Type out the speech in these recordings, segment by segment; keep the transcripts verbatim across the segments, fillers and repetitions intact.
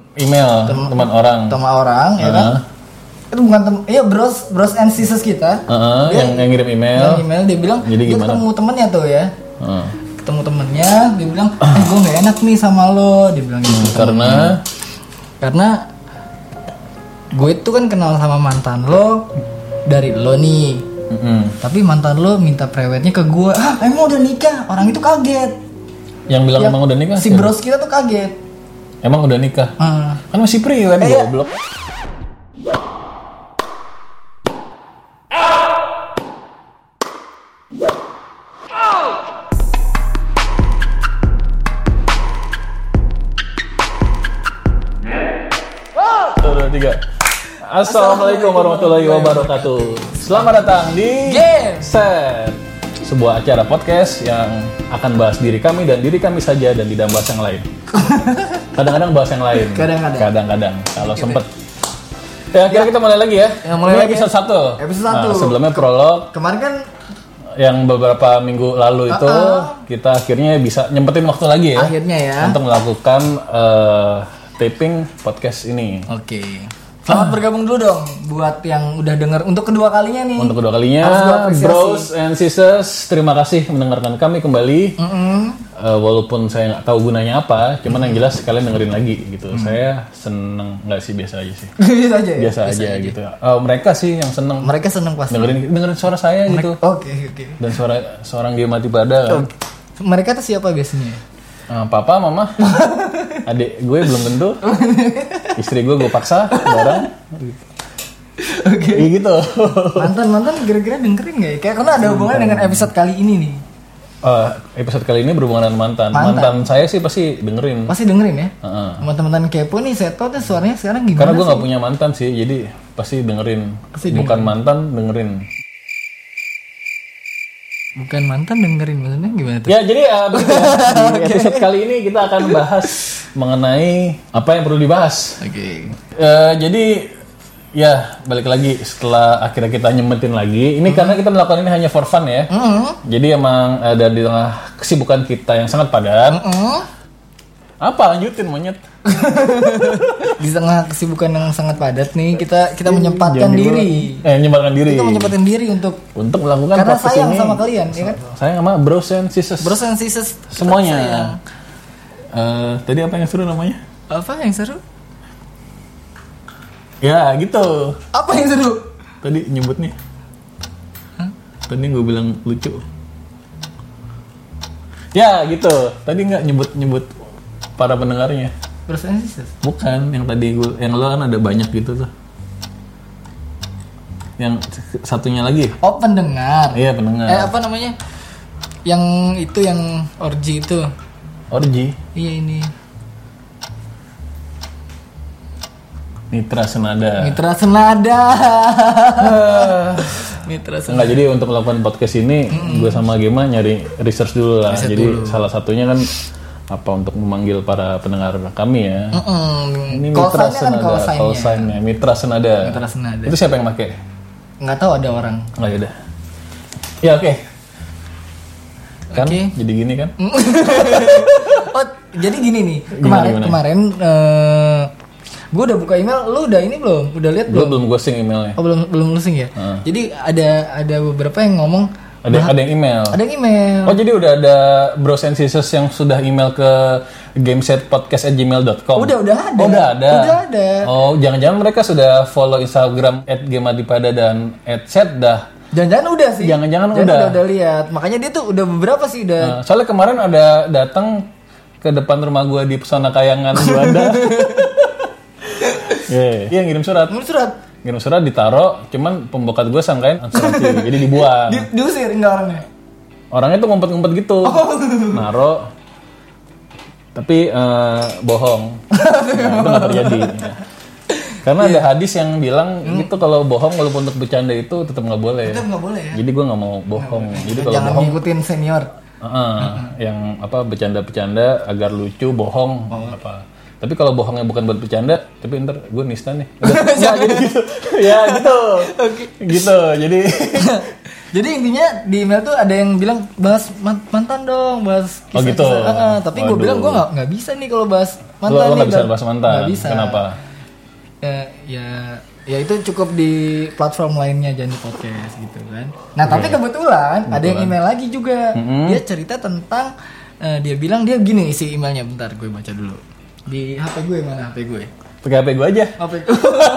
email tem- teman orang teman orang uh-huh. ya kan itu bukan tem- iya bros bros and sisters kita uh-huh. dia, yang, yang ngirim email yang email dia bilang jadi dia gimana? ketemu temennya tuh ya uh. ketemu temennya dia bilang eh gue nggak enak nih sama lo dia bilang gitu hmm, karena karena gue itu kan kenal sama mantan lo dari lo nih, mm-hmm. tapi mantan lo minta prewednya ke gue. Ah emang udah nikah? Orang itu kaget. Yang bilang ya, emang udah nikah? Si bros kita tuh kaget. Emang udah nikah? Hmm. Kan masih prewed eh, goblok. Dua, tiga. Assalamualaikum warahmatullahi wabarakatuh. Selamat datang di Game Set, sebuah acara podcast yang akan bahas diri kami dan diri kami saja dan tidak bahas yang lain. Kadang-kadang bahas yang lain. Kadang-kadang. Kadang-kadang kalau sempet. Ya, akhirnya kita mulai lagi ya. Ya mulai Ini lagi. episode satu. Episode satu. Nah, sebelumnya prolog. Kemarin kan yang beberapa minggu lalu itu uh-uh. kita akhirnya bisa nyempetin waktu lagi ya. Akhirnya ya. Untuk melakukan uh, taping podcast ini. Oke. Okay. Selamat ah. bergabung dulu dong buat yang udah denger untuk kedua kalinya nih. Untuk kedua kalinya, bros and sisters, terima kasih mendengarkan kami kembali. Uh, walaupun saya nggak tahu gunanya apa, cuman yang jelas kalian dengerin lagi gitu. Mm. Saya seneng, nggak sih biasa aja sih. biasa aja. Ya? Biasa, biasa aja, aja gitu. Uh, mereka sih yang seneng. Mereka seneng pasti. Dengerin, dengerin suara saya Mereka, gitu. Oke okay, oke. Okay. Dan suara seorang dia mati pada. Kan? Okay. Mereka tuh siapa biasanya? Uh, papa, mama, adik gue belum tentu, istri gue gue paksa bareng. Oke. Okay. Gitu. Mantan-mantan kira-kira dengerin nggak ya? Kayak karena ada hubungannya dengan episode kali ini nih. Uh, episode kali ini berhubungan dengan mantan. mantan. Mantan saya sih pasti dengerin. Pasti dengerin ya. Uh-uh. Teman-teman kepo nih, saya tahu tuh suaranya sekarang gimana? Karena gue nggak punya mantan sih, jadi pasti dengerin. Pasti Bukan dengerin. mantan dengerin. Bukan mantan dengerin maksudnya gimana tuh? Ya jadi uh, begitu ya. Di episode kali ini kita akan bahas mengenai apa yang perlu dibahas. Oke. Okay. Uh, jadi ya balik lagi setelah akhirnya kita nyemetin lagi. Ini mm-hmm. karena kita melakukan ini hanya for fun ya. Mm-hmm. Jadi emang ada di tengah kesibukan kita yang sangat padat. Mm-hmm. Apa lanjutin monyet? Di tengah kesibukan yang sangat padat nih kita kita menyempatkan Jangan diri. Eh menyempatkan diri. Kita menyempatkan diri untuk untuk melakukan karena podcast sayang ini. sama kalian, ya kan? Sayang sama bros and sisters. Bros and sisters semuanya. Uh, tadi apa yang seru namanya? Apa yang seru? Ya gitu. Apa yang seru? Tadi nyebutnya. Hah? Tadi gue bilang lucu. Ya gitu. Tadi nggak nyebut-nyebut para pendengarnya. Bros and sisters? Bukan, yang tadi gue, yang lo kan ada banyak gitu tuh. Yang satunya lagi. Oh pendengar. Iya pendengar. Eh apa namanya? Yang itu yang orgi itu. Orgi? Iya ini. Mitra Senada. Mitra Senada. Mitra Senada. Enggak, jadi untuk melakukan podcast ini, mm-hmm. gue sama Gema nyari research dulu lah. Research jadi dulu. Salah satunya kan apa untuk memanggil para pendengar kami ya. Mm-hmm. Ini Mitra Senada. Call sign-nya Mitra Senada. Mitra Senada. Itu siapa yang pakai? Nggak tahu ada orang. Nggak ada. Ya oke. Okay. Kan okay. Jadi gini kan? Oh jadi gini nih. Gimana, kemarin gimana? kemarin. Uh, gue udah buka email, lu udah ini belum? Udah lihat belum? Gue belum ghosting emailnya. Oh belum belum ghosting ya. Uh. Jadi ada ada beberapa yang ngomong. Ada bah- ada yang email. Ada yang email. Oh jadi udah ada bros and sisters yang sudah email ke gamesetpodcast at gmail dot com. Udah udah ada. Oh, udah ada. Udah ada. Oh jangan-jangan mereka sudah follow Instagram at gemadipada dan at setdah. Jangan-jangan udah sih. Jangan-jangan, Jangan udah. udah. Udah lihat. Makanya dia tuh udah beberapa sih udah. Nah, soalnya kemarin ada datang ke depan rumah gue di Pesona Kayangan Juanda. Iya, yeah. ngirim surat. Ngirim surat. Ngirim surat ditaro, cuman pembokat gue sangkain asuransi, jadi dibuang. Di, diusir enggak orangnya? Orangnya tuh ngumpet-ngumpet gitu, oh. Naro, tapi uh, bohong. Nah, itu nggak terjadi. Ya. Karena yeah. ada hadis yang bilang hmm. itu kalau bohong walaupun untuk bercanda itu tetap nggak boleh. Tetap nggak boleh ya. Jadi gue nggak mau bohong. Jadi kalau jangan bohong, ngikutin senior. Uh, uh, yang apa bercanda-bercanda agar lucu, bohong oh. apa. Tapi kalau bohongnya bukan buat bercanda, tapi ntar gue nista nih. Udah, ya, gitu, gitu. Ya gitu, okay. Gitu. Jadi Jadi intinya di email tuh ada yang bilang bahas mantan dong, bahas kisah, oh gitu. Kisah. Uh, uh, tapi gue bilang gue nggak nggak bisa nih kalau bahas mantan. Lo, lo nih. Gak bisa bahas mantan. Gak bisa. Kenapa? Uh, ya ya itu cukup di platform lainnya, jangan di podcast gitu kan. Nah okay. Tapi kebetulan, kebetulan ada yang email lagi juga. Mm-hmm. Dia cerita tentang uh, dia bilang dia gini isi emailnya, bentar gue baca dulu. Di H P gue mana H P gue? Pakai H P gue aja. H P gue.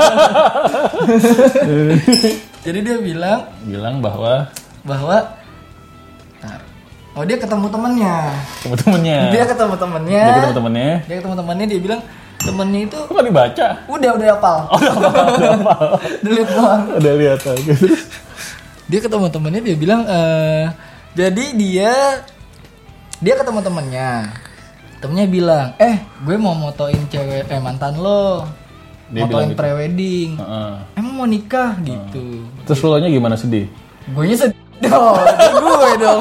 Jadi dia bilang bilang bahwa bahwa bentar. Oh dia ketemu temannya. Ketemu temannya. Dia ketemu temannya. Dia ketemu temannya. Dia ketemu temannya dia bilang temennya itu kok gak dibaca? Udah, udah hafal. Oh, udah hafal, udah hafal. Delete doang. Udah lihat aja. Dia ketemu temennya dia bilang eh jadi dia dia ketemu temennya. Temennya bilang, "Eh, gue mau motoin cewek eh mantan lo." Dia motoin gitu. Pre-wedding. Uh-uh. Emang mau nikah uh-uh. gitu. Terus lo nya gimana, sedih? Gue nya sedih dong. gue dong.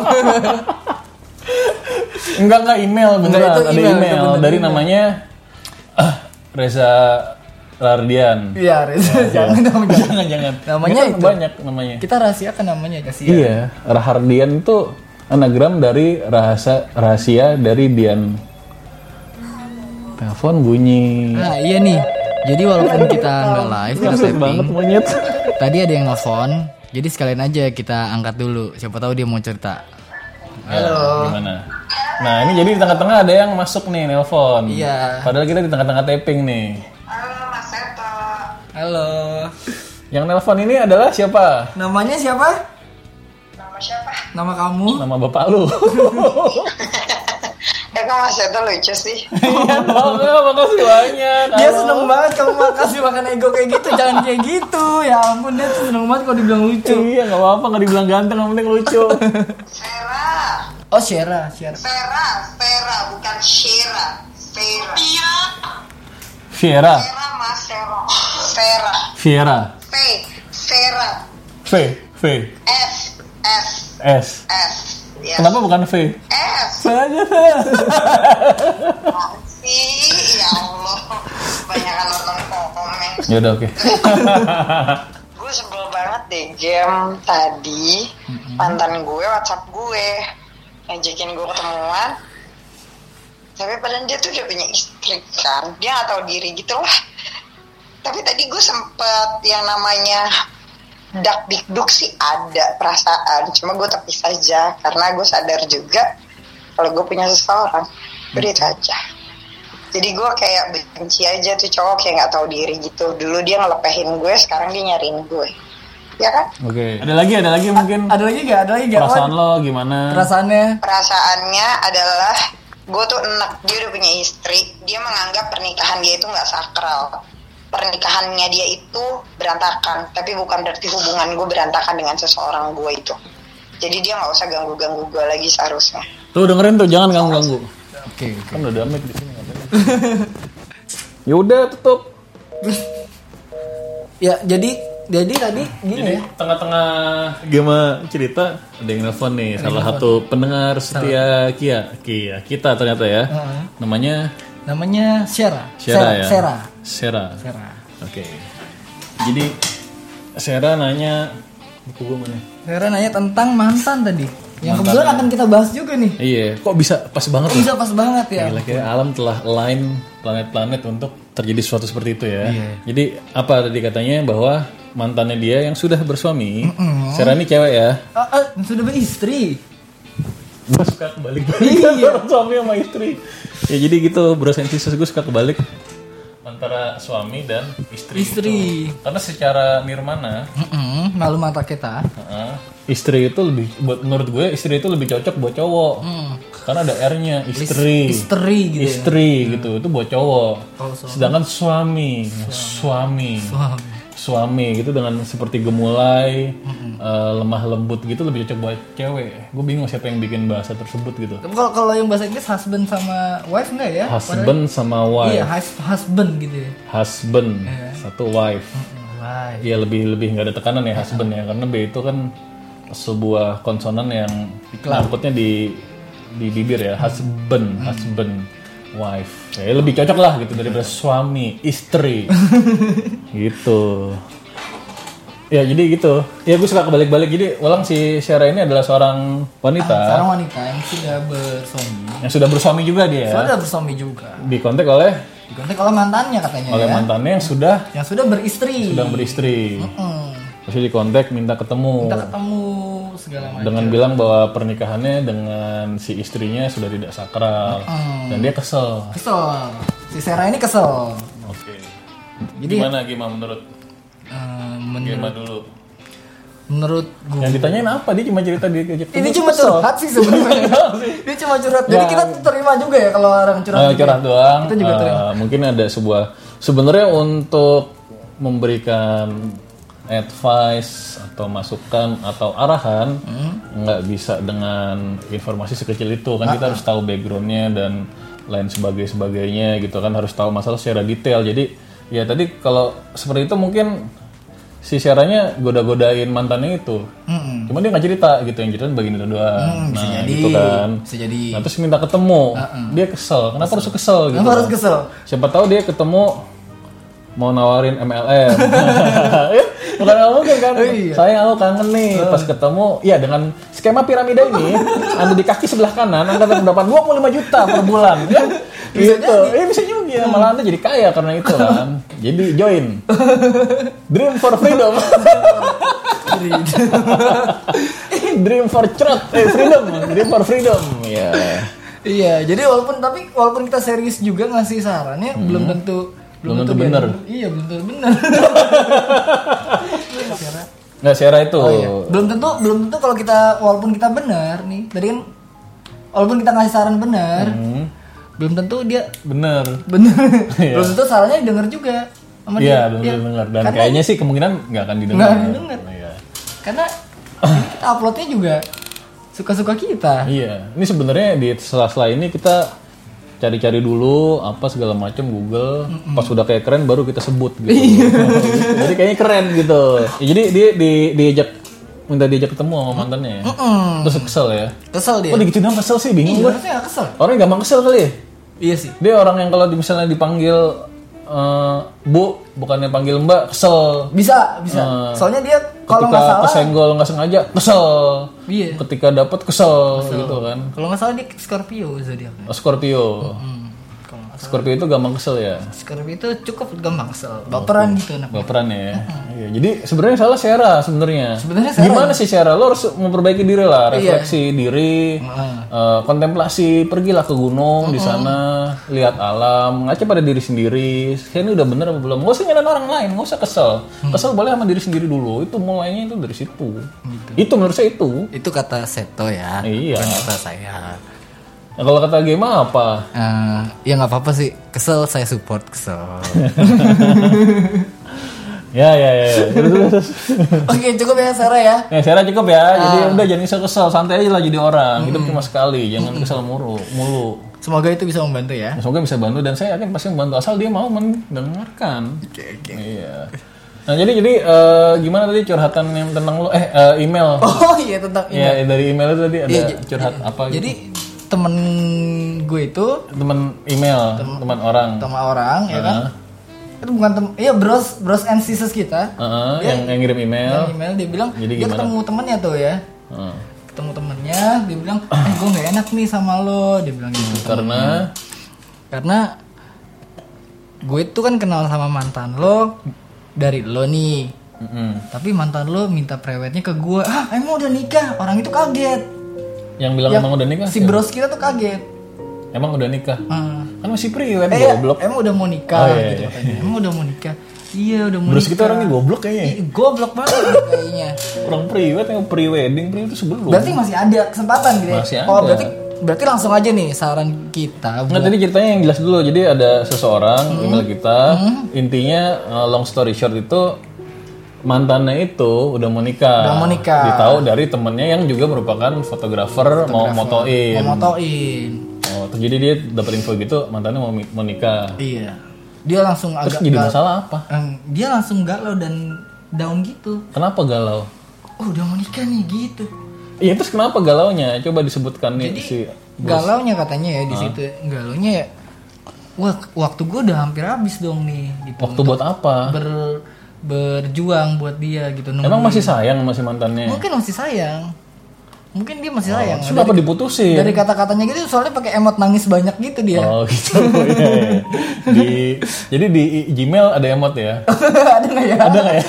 Enggak enggak email beneran, enggak, ada email, email dari email. Namanya uh, Reza Lardian. Iya, Reza. Jangan dong, jangan jangan. Namanya itu banyak namanya. Kita rahasiakan namanya, kasihan. Iya, Rahardian itu anagram dari rahasia rahasia dari Dian. Telepon bunyi. Nah, iya nih. Jadi walaupun kita nggak live, kita tapping. Banget monyet. Tadi ada yang nelfon. Jadi sekalian aja kita angkat dulu. Siapa tahu dia mau cerita. Halo. Gimana? Nah ini jadi di tengah-tengah ada yang masuk nih nelpon. Iya. Padahal kita di tengah-tengah tapping nih. Halo Mas Seto. Halo. Yang nelpon ini adalah siapa? Namanya siapa? Nama siapa? Nama kamu? Nama bapak lu. Ya kok Mas Seto lucu sih. Iya dong, makasih banyak. Dia seneng banget kamu makasih makan ego kayak gitu. Jangan kayak gitu. Ya ampun, dia tuh seneng banget kalau dibilang lucu. Iya gak apa-apa, gak dibilang ganteng, yang penting lucu. Vera. Oh Shera, Shera. Vera, Vera, bukan Shera. Vera. Iya. Viera. Vera Mas Sero. Vera. Viera. V. Vera. V. V. S. S. S. S. Yes. Kenapa bukan V? S. V aja V. Masih, ya Allah. Banyakan nonton komen. Yaudah oke. Okay. Gue sebel banget deh game tadi. Mantan gue WhatsApp gue ngajakin gue ketemuan, tapi padahal dia tuh udah punya istri kan, dia nggak tahu diri gitu lah. Tapi tadi gue sempet yang namanya dak dikduk sih ada perasaan, cuma gue terpisah aja karena gue sadar juga kalau gue punya seseorang, udah itu aja. Jadi gue kayak benci aja tuh cowok kayak nggak tahu diri gitu. Dulu dia ngelepehin gue, sekarang dia nyariin gue. Ya kan? Oke. Okay. Ada lagi, ada lagi mungkin. A- ada lagi gak? Ada lagi gak? Perasaan lo gimana? Perasaannya? Perasaannya adalah gue tuh enak, dia udah punya istri, dia menganggap pernikahan dia itu nggak sakral. Pernikahannya dia itu berantakan, tapi bukan berarti hubungan gue berantakan dengan seseorang gue itu. Jadi dia nggak usah ganggu-ganggu gue lagi seharusnya. Tuh dengerin tuh, jangan ganggu-ganggu. Oke. Okay, okay. Kan udah damai di sini ngapain? Ya udah tutup. Ya jadi jadi tadi gini jadi, ya. Tengah-tengah game cerita ada yang nelfon nih, ada salah satu pendengar setia Kia, Kia kita ternyata ya. Uh-huh. Namanya namanya Shera. Shera ya. Shera. Shera. Shera. Oke. Okay. Jadi Shera nanya buku gue mana? Shera nanya tentang mantan tadi. Yang kebetulan akan kita bahas juga nih. Iya, kok bisa pas banget kok bisa pas banget ya. Kira-kira alam telah align planet-planet untuk terjadi sesuatu seperti itu ya. Iya. Jadi apa tadi katanya bahwa mantannya dia yang sudah bersuami, mm-hmm. Shera ini cewek ya. Uh, uh, sudah beristri. Gue suka kebalik-balik antara suami sama istri. Ya jadi gitu, bro sensisus gue suka kebalik antara suami dan istri. Istri. Itu. Karena secara nirmana, mm-hmm. malu mata kita. Uh-uh, istri itu lebih, buat menurut gue istri itu lebih cocok buat cowok. Mm. Karena ada R-nya, istri. Istri gitu. Istri ya? gitu, itu buat cowok. Oh, suami. Sedangkan suami, suami, suami, suami, suami gitu dengan seperti gemulai, mm-hmm. uh, lemah lembut gitu lebih cocok buat cewek. Gue bingung siapa yang bikin bahasa tersebut gitu. Kalau kalau yang bahasa Inggris husband sama wife enggak ya? Husband Padahal, sama wife. Iya, hus- husband gitu ya. Husband, yeah. Satu wife. Wife. Iya lebih lebih nggak ada tekanan ya husband ya, karena B itu kan sebuah konsonan yang nyangkutnya di di bibir ya, husband, hmm. husband, wife. Ya lebih cocok lah gitu daripada suami, istri. Gitu. Ya jadi gitu. Ya gue suka kebalik-balik. Jadi ulang si Syara ini adalah seorang wanita. Ah, seorang wanita yang sudah bersuami. Yang sudah bersuami juga dia. Sudah bersuami juga. Dikontak oleh Dikontak oleh mantannya katanya oleh ya. mantannya yang sudah Yang sudah beristri. Sedang beristri. Mm-mm. Terus dikontak minta ketemu. Minta ketemu segala macam. Dengan bilang bahwa pernikahannya dengan si istrinya sudah tidak sakral. Mm. Dan dia kesel. Kesel. Si Sarah ini kesel. Oke. Jadi Gimana gimana menurut uh, Gimana menurut dulu? menurut gue Yang ditanyain apa? Dia cuma cerita dia dia ini cuma curhat sih sebenarnya. Dia cuma curhat. Jadi Ya. kita terima juga ya kalau orang curhat. Uh, gitu curhat ya. doang. Kita juga uh, terima. Mungkin ada sebuah sebenarnya untuk memberikan advice atau masukan atau arahan nggak hmm. bisa dengan informasi sekecil itu kan. Kita harus tahu backgroundnya dan lain sebagai sebagainya gitu kan, harus tahu masalah secara detail. Jadi ya tadi kalau seperti itu mungkin si Syaranya goda-godain mantannya itu, mm-mm. cuma dia nggak cerita gitu, yang cerita bagian itu doang. Mm, nah jadi, gitu kan. Bisa jadi. Nah terus minta ketemu, uh-uh. dia kesel. Kenapa kesel. harus kesel gitu? Kenapa harus kesel? Siapa tahu dia ketemu mau nawarin M L M. Bukan nggak mungkin kan? Oh, iya. Sayang aku kangen nih. Uh. Pas ketemu, ya dengan skema piramida ini, Anda di kaki sebelah kanan, Anda mendapat dua puluh lima juta per bulan. Ya? Bisa gitu. Eh bisa juga. Hmm. Malah Anda jadi kaya karena itu kan. Jadi join. Dream for freedom. Dream for truth. Eh freedom. Dream for freedom. Ya. Yeah. Iya, jadi walaupun tapi walaupun kita serius juga ngasih sarannya, hmm. belum tentu belum tentu benar. Iya, belum tentu benar. Nggak Syara itu. Oh, iya. Belum tentu belum tentu kalau kita walaupun kita benar nih. Tadi kan walaupun kita ngasih saran benar, hmm. belum tentu dia benar. Benar. Belum tentu sarannya didengar juga sama dia. Iya, belum tentu dengar. Dan karena, kayaknya sih kemungkinan nggak akan didengar. Nggak akan didengar. Iya. Karena ini kita uploadnya juga suka-suka kita. Iya. Ini sebenarnya di sela-sela ini kita cari-cari dulu apa segala macam Google. Mm-mm. Pas sudah kayak keren baru kita sebut gitu. Jadi kayaknya keren gitu. Ya, jadi dia di diajak minta diajak ketemu sama mantannya ya. Mm-mm. Terus kesel ya. Kesel dia. Oh digituin dong kesel sih, bingung gue. Iya, kesel. Orangnya gampang kesel kali ya? Iya sih. Dia orang yang kalau misalnya dipanggil uh, Bu, bukannya panggil Mbak, kesel. Bisa, bisa. Uh, Soalnya dia kalau nggak salah kesenggol nggak sengaja kesel. Iya. Ketika dapat kesel, kesel gitu kan. Kalau nggak salah dia Scorpio zodiaknya. Oh, Scorpio. Mm-hmm. Scorpio itu gampang kesel ya. Scorpio itu cukup gampang kesel. Baperan gitu nak. Baperan ya. Mm-hmm. Iya. Jadi sebenarnya salah Syara sebenarnya. Sebenarnya Syara. Gimana sih Syara? Lo harus memperbaiki diri lah, refleksi iya. diri, mm-hmm. uh, kontemplasi, pergilah ke gunung mm-hmm. di sana, lihat alam, ngaca pada diri sendiri. Ini udah bener apa belum? Gak usah nyalain orang lain, gak usah kesel. Mm-hmm. Kesel boleh sama diri sendiri dulu. Itu mulainya itu dari situ. Gitu. Itu menurut saya itu. Itu kata Seto ya. Iya. Bukan kata saya. Nah, kalau kata Gema apa? Uh, ya nggak apa-apa sih. Kesel saya support kesel. ya ya ya. Oke cukup ya Sarah ya. Ya Sarah cukup ya. Uh. Jadi udah jangan kesel-kesel, santai aja lah jadi orang. Hidup mm. cuma sekali, jangan mm. kesel mulu. mulu. Semoga itu bisa membantu ya. Semoga bisa bantu dan saya yakin pasti membantu asal dia mau mendengarkan. Oke okay, okay. Iya. Nah jadi jadi uh, gimana tadi curhatan yang tentang lo eh uh, email. Oh iya tentang email. Iya dari email itu tadi ada iya, curhat j- apa jadi, gitu. Jadi temen gue itu temen email tem- teman orang teman orang uh-huh. ya kan itu bukan tem iya bros bros and sisters kita uh-huh. dia, yang, yang ngirim email yang email dia bilang jadi dia gimana? ketemu temennya tuh ya uh. ketemu temennya dia bilang eh gue nggak enak nih sama lo dia bilang gitu hmm, karena karena gue itu kan kenal sama mantan lo dari lo nih mm-hmm. tapi mantan lo minta prewednya ke gue ah emang udah nikah orang itu kaget. Yang bilang yang emang udah nikah? Si bros kita tuh kaget. Emang udah nikah? Hmm. Kan masih priwet eh, goblok. Emang udah mau nikah oh, iya, gitu iya. katanya. Emang udah mau nikah. Iya udah mau bros nikah. Kita orangnya goblok kayaknya. I, goblok banget kayaknya. Orang priwet yang pre-wedding, pre itu sebelum. Berarti masih ada kesempatan gitu ya? Masih ada. Oh berarti berarti langsung aja nih saran kita. Nggak tadi ceritanya yang jelas dulu. Jadi ada seseorang hmm. email kita. Hmm. Intinya long story short itu mantannya itu udah mau nikah. Udah mau nikah. Ditahu dari temennya yang juga merupakan fotografer mau motoin. Mau motoin. Oh, terus jadi dia dapat info gitu mantannya mau mau nikah. Iya. Dia langsung terus agak jadi masalah apa? Dia langsung galau dan down gitu. Kenapa galau? Oh, udah mau nikah nih gitu. Iya, terus kenapa galaunya? Coba disebutkan nih jadi, si bos. Galaunya katanya ya di situ. Galaunya ya wah, waktu gue udah hampir habis dong nih gitu. Waktu buat apa? Ber berjuang buat dia gitu. Nungguin. Emang masih sayang masih mantannya? Mungkin masih sayang. Mungkin dia masih sayang. Oh, kenapa diputusin? Dari kata-katanya gitu soalnya pakai emot nangis banyak gitu dia. Oh gitu. Ya, ya. Di, jadi di Gmail ada emot ya? Ada nggak ya? Ada nggak ya?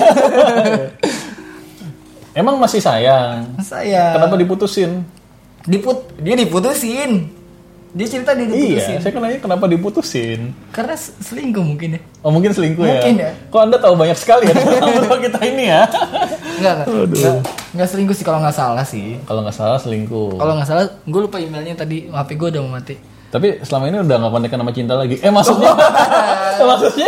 Emang masih sayang? Sayang. Kenapa diputusin? Diput, dia diputusin. Dia cerita dia diputusin. Iya, saya kan nanya kenapa diputusin. Karena selingkuh mungkin ya. Oh mungkin selingkuh mungkin ya? ya. Kok Anda tahu banyak sekali ya tentang kita ini ya? Enggak, enggak. Enggak, enggak selingkuh sih kalau nggak salah sih. Kalau nggak salah selingkuh. Kalau nggak salah, gue lupa emailnya tadi, H P gue udah mau mati. Tapi selama ini udah nggak kontekan sama Cinta lagi. Eh maksudnya? maksudnya?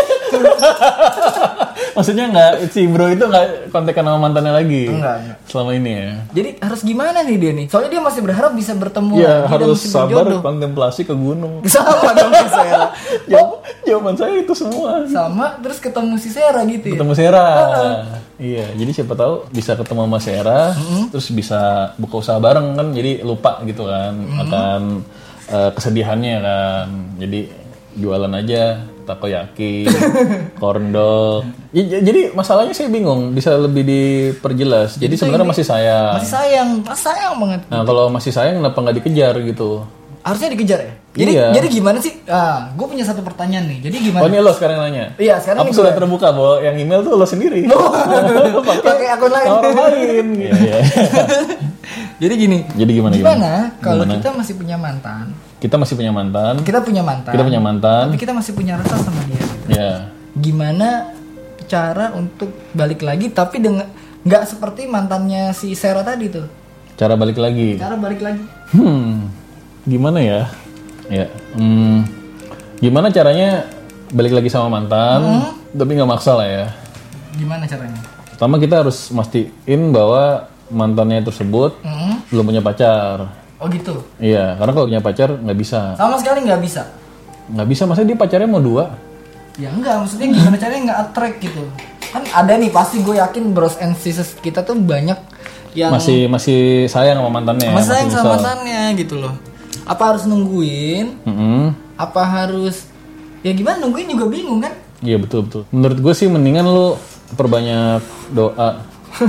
maksudnya nggak si bro itu nggak kontekan sama mantannya lagi? Enggak, enggak. Selama ini ya. Jadi harus gimana nih dia nih? Soalnya dia masih berharap bisa bertemu. Iya harus sabar kontemplasi ke gunung. Sama dong si Sera. Jawab, jawaban saya itu semua. Sama terus ketemu si Sera gitu ya. Ketemu Sera. Iya, jadi siapa tahu bisa ketemu sama Sera, mm-hmm. terus bisa buka usaha bareng kan, jadi lupa gitu kan mm-hmm. akan uh, kesedihannya kan. Jadi jualan aja takoyaki, corn dog. Ya, jadi masalahnya saya bingung, bisa lebih diperjelas. Jadi, jadi sebenarnya masih sayang. Masih sayang, masih sayang banget. Nah, kalau masih sayang kenapa nggak dikejar gitu? Harusnya dikejar ya. Jadi iya. jadi gimana sih? Ah, gue punya satu pertanyaan nih. Jadi gimana? Oh ini lo sekarang nanya. Iya sekarang. Apa sudah gue. Terbuka bahwa yang email tuh lo sendiri? Pakai akun lain. Orang lain. Iya, iya. Jadi gini. Jadi gimana? Gimana kalau kita masih punya mantan? Kita masih punya mantan. Kita punya mantan. Kita punya mantan. Tapi kita masih punya rasa sama dia. Gitu. Iya. Gimana cara untuk balik lagi? Tapi dengan nggak seperti mantannya si Sera tadi tuh. Cara balik lagi. Cara balik lagi. Hmm. Gimana ya? Ya, hmm, gimana caranya balik lagi sama mantan, hmm? tapi nggak maksa lah ya. Gimana caranya? Pertama kita harus mastiin bahwa mantannya tersebut hmm? belum punya pacar. Oh gitu? Iya, karena kalau punya pacar nggak bisa. Sama sekali nggak bisa? Nggak bisa, maksudnya dia pacarnya mau dua? Ya enggak, maksudnya gimana caranya nggak attract gitu. Kan ada nih, pasti gue yakin bros and sisters kita tuh banyak yang Masih masih sayang sama mantannya. Masih sayang sama mantannya gitu loh. Apa harus nungguin? Mm-hmm. Apa harus ya gimana nungguin juga bingung kan? Iya betul betul. Menurut gue sih mendingan lu perbanyak doa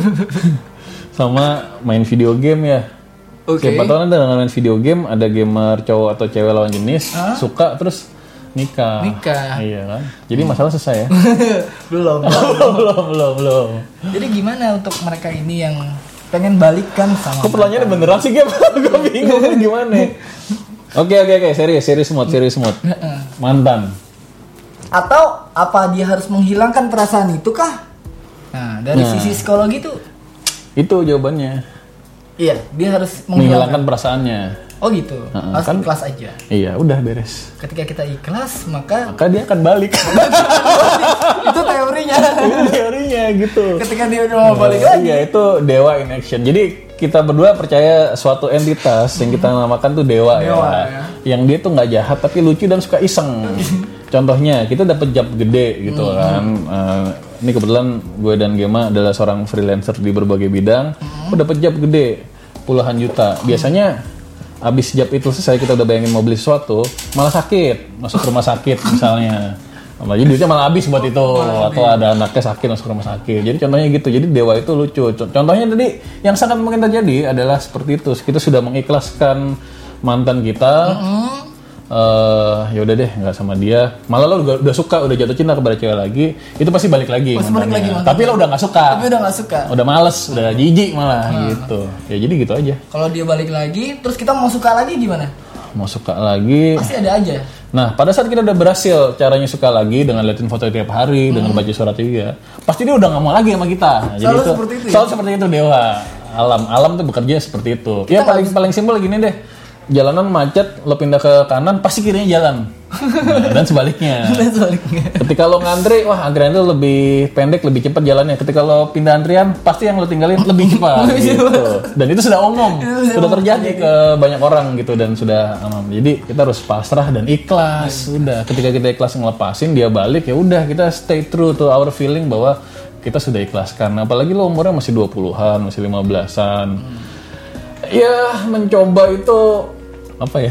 sama main video game ya. Okay. Siapa tahu ada main video game ada gamer cowok atau cewek lawan jenis huh? suka terus nikah. Nikah. Iya kan. Jadi masalah selesai ya. belum, belum belum belum belum. Jadi gimana untuk mereka ini yang pengen balikan sama? Kok pertanyaannya beneran sih game? Gue bingung gimana. Oke oke oke serius serius mood serius mood. Mantan. Atau apa dia harus menghilangkan perasaan itu kah? Nah dari nah, sisi psikologi tuh. Itu jawabannya. Iya dia harus menghilangkan, menghilangkan perasaannya. Oh gitu. Uh, harus kan, ikhlas aja. Iya udah beres. Ketika kita ikhlas maka. Maka dia akan balik. Itu teorinya. Itu teorinya gitu. Ketika dia udah mau balik lagi. Iya itu dewa in action. Jadi kita berdua percaya suatu entitas yang kita namakan tuh dewa, dewa ya. ya. Yang dia tuh nggak jahat tapi lucu dan suka iseng. Contohnya kita dapat job gede gitu hmm. kan. Uh, ini kebetulan gue dan Gema adalah seorang freelancer di berbagai bidang. Hmm. Gue dapat job gede puluhan juta. Biasanya abis job itu selesai kita udah bayangin mau beli sesuatu malah sakit masuk rumah sakit misalnya. Jadi duitnya malah habis buat itu malah atau habis. Ada anaknya sakit masuk rumah sakit. Jadi contohnya gitu. Jadi dewa itu lucu. Contohnya tadi yang sangat mungkin terjadi adalah seperti itu. Kita sudah mengikhlaskan mantan kita. Mm-hmm. Uh, ya udah deh nggak sama dia. Malah lo udah, udah suka, udah jatuh cinta kepada cewek lagi. Itu pasti balik lagi. Pasti balik lagi tapi lo udah nggak suka. Tapi udah nggak suka. Udah males, udah jijik malah hmm. gitu. Ya jadi gitu aja. Kalau dia balik lagi, terus kita mau suka lagi gimana? Mau suka lagi. Pasti ada aja. Nah, pada saat kita udah berhasil caranya suka lagi dengan liatin foto tiap hari, hmm. dengan baca surat juga, pasti dia udah nggak mau lagi sama kita. Jadi selalu itu, seperti itu. Ya? Selalu seperti itu dewa. Alam, alam tuh bekerja seperti itu. Kita ya paling harus... paling simpel gini deh. Jalanan macet, lo pindah ke kanan, pasti kirinya jalan. Nah, dan sebaliknya. Dan sebaliknya. Ketika lo ngantri, wah antrian itu lebih pendek, lebih cepat jalannya. Ketika lo pindah antrian, pasti yang lo tinggalin lebih cepat. Gitu. Dan itu sudah umum, sudah terjadi ke banyak orang gitu dan sudah umum. Jadi kita harus pasrah dan ikhlas. Udah, ketika kita ikhlas ngelepasin, dia balik ya udah kita stay true to our feeling bahwa kita sudah ikhlaskan. Apalagi lo umurnya masih dua puluhan, masih lima belasan. Hmm. Ya mencoba itu apa ya?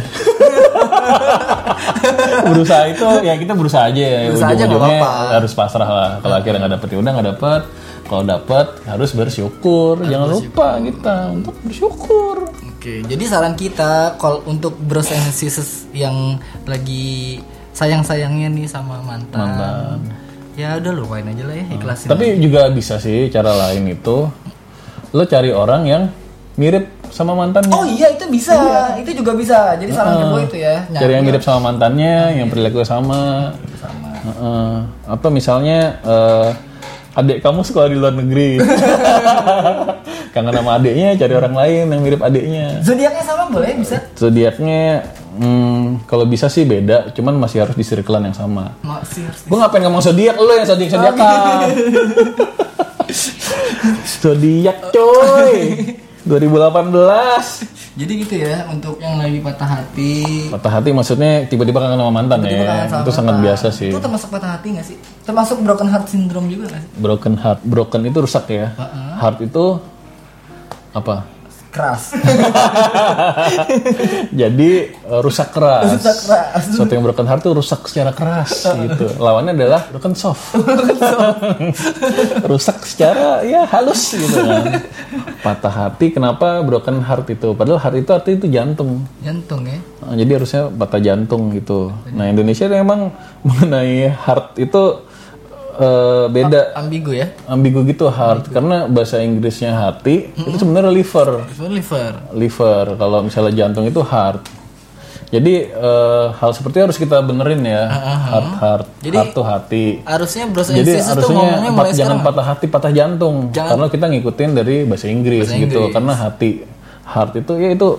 Berusaha itu ya kita berusaha aja ya. Berusaha aja nggak Ujung-ujungnya apa-apa. harus pasrah lah. Kalau akhirnya nggak dapet ya udah nggak dapet. Kalau dapet harus bersyukur. Jangan lupa kita untuk bersyukur. Oke, jadi saran kita kalau untuk bros and sisters yang lagi sayang-sayangnya nih sama mantan, Mantan. ya udah lupain aja lah ya, ikhlasin. Tapi juga bisa sih cara lain itu lo cari orang yang mirip sama mantannya. Oh iya itu bisa, itu juga bisa. Jadi saran Heeh. kedua itu ya. Cari yang mirip sama mantannya, yang perilaku sama. Sama. Heeh. Apa misalnya eh, adik kamu sekolah di luar negeri, kangen sama adiknya, cari orang lain yang mirip adiknya. Zodiaknya sama boleh bisa? Zodiaknya, hmm, kalau bisa sih beda, cuman masih harus di circle-an yang sama. Masih harus. Gue ngapain ngomong zodiak, lo yang zodiak zodiakan. Zodiak coy, dua ribu delapan belas. Jadi gitu ya untuk yang lagi patah hati. Patah hati maksudnya tiba-tiba kangen sama mantan Tiba-tiba ya. kangen sama Itu sangat mantan. biasa sih. Itu termasuk patah hati nggak sih? Termasuk broken heart syndrome juga nggak sih? Broken heart, broken itu rusak ya. Uh-uh. Heart itu apa? Keras. Jadi uh, rusak keras. Rusak keras. Suatu yang broken heart itu rusak secara keras gitu. Lawannya adalah broken soft. Rusak secara ya halus gitu kan. Patah hati kenapa broken heart itu? Padahal heart itu artinya itu jantung. Jantung ya. Nah, jadi harusnya patah jantung gitu. Nah Indonesia memang mengenai heart itu uh, beda. Ambigu ya. Ambigu gitu heart karena bahasa Inggrisnya hati itu sebenarnya liver. Liver. Liver kalau misalnya jantung itu heart. Jadi uh, hal seperti itu harus kita benerin ya. Heart heart. Jadi, heart tuh hati. Harusnya bros and Jadi sisters tuh harusnya ngomongnya pat- mulai jangan sekarang. patah hati patah jantung. Jangan. Karena kita ngikutin dari bahasa Inggris Bahasa gitu. Inggris. Karena hati heart itu ya itu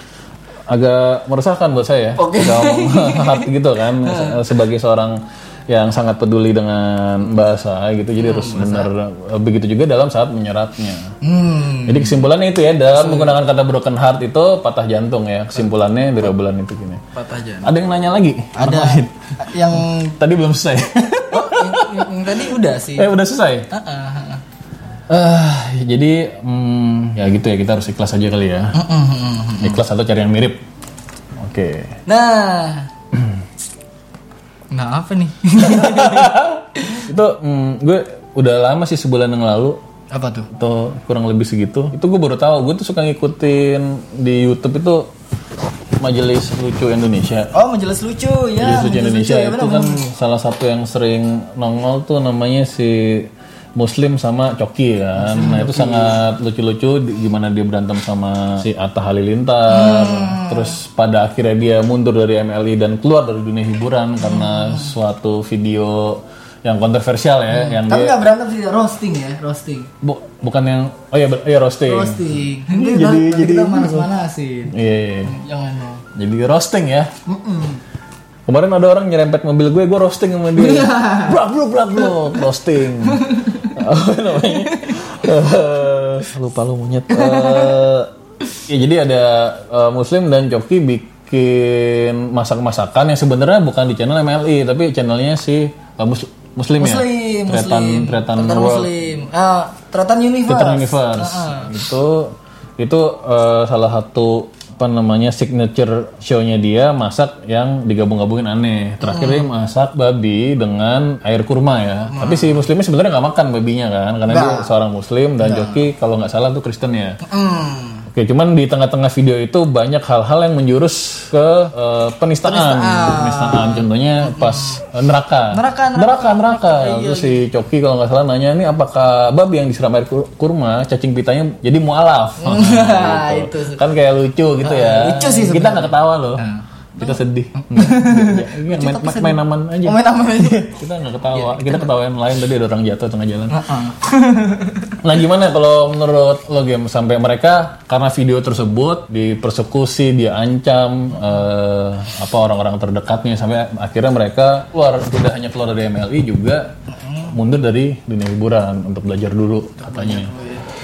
agak meresahkan buat saya. Oke. Kalau heart gitu kan sebagai seorang yang sangat peduli dengan bahasa gitu. Jadi harus benar begitu juga dalam saat menyeratnya. Hmm. Jadi kesimpulannya itu ya dalam menggunakan kata broken heart itu patah jantung ya. Kesimpulannya dari obrolan itu gini. Patah jantung. Ada yang nanya lagi? Ada yang Tadi belum selesai. oh, yang, yang, yang tadi udah sih. eh udah selesai? Ah, ah, ah. Ah, jadi hmm, ya gitu ya kita harus ikhlas aja kali ya. Mm, mm, mm, mm. Ikhlas atau cari yang mirip. Oke. Nah. Nah apa nih? Itu hmm, gue udah lama sih sebulan yang lalu Apa tuh? atau kurang lebih segitu. Itu gue baru tahu. Gue tuh suka ngikutin di YouTube itu Majelis Lucu Indonesia. Oh majelis lucu ya. Majelis Lucu Indonesia ya, itu benar, kan benar. salah satu yang sering nongol tuh namanya si Muslim sama Coki kan. Nah itu sangat lucu-lucu di- gimana dia berantem sama si Atta Halilintar. Terus pada akhirnya dia mundur dari M L I dan keluar dari dunia hiburan karena suatu video yang kontroversial ya, yang Tapi dia nggak berantem sih, roasting ya, roasting. bu- bukan yang oh ya ber- iya roasting. Roasting. Jadi- Jadi jadi- kita manas-manasin. Iya, iya. Jangan dong. Jadi roasting ya. Mm-mm. Kemarin ada orang nyerempet mobil gue, gue roasting sama dia. Blak blak blak blak, roasting. Apa namanya? Eh, lupa lu monyet. Eh, ya jadi ada eh, Muslim dan Coki bikin masak-masakan yang sebenarnya bukan di channel M L I tapi channelnya si eh, Mus- Muslim, ya. Muslim, Tretan Muslim. Tretan Tretan World. Muslim. Ah, Tretan Universe. Tretan Universe. Itu itu eh, salah satu apa namanya signature show-nya dia masak yang digabung-gabungin aneh. Terakhir dia masak babi dengan air kurma ya. Tapi si Muslimnya sebenarnya nggak makan babinya kan, karena dia seorang Muslim dan Joki kalau nggak salah tuh Kristen ya. Hmm. Oke, cuman di tengah-tengah video itu banyak hal-hal yang menjurus ke eh, penistaan. penistaan. Contohnya pas eh, neraka. Neraka, neraka. neraka, neraka. Terus si Coki kalau nggak salah nanya ini apakah babi yang disiram air kur- kurma, cacing pitanya jadi mualaf. Nah, Gitu. itu. Kan kayak lucu gitu ya. lucu sih Kita sebenarnya. nggak ketawa loh. Kita sedih. Ini main, main, main aman aja. Oh, main aman aja. Kita nggak ketawa. Kita ketawa yang lain tadi ada orang jatuh tengah jalan. Heeh. Nah gimana kalau menurut lo Game sampai mereka karena video tersebut dipersekusi, diancam eh, apa orang-orang terdekatnya sampai akhirnya mereka keluar tidak hanya keluar dari M L I juga mundur dari dunia hiburan untuk belajar dulu katanya.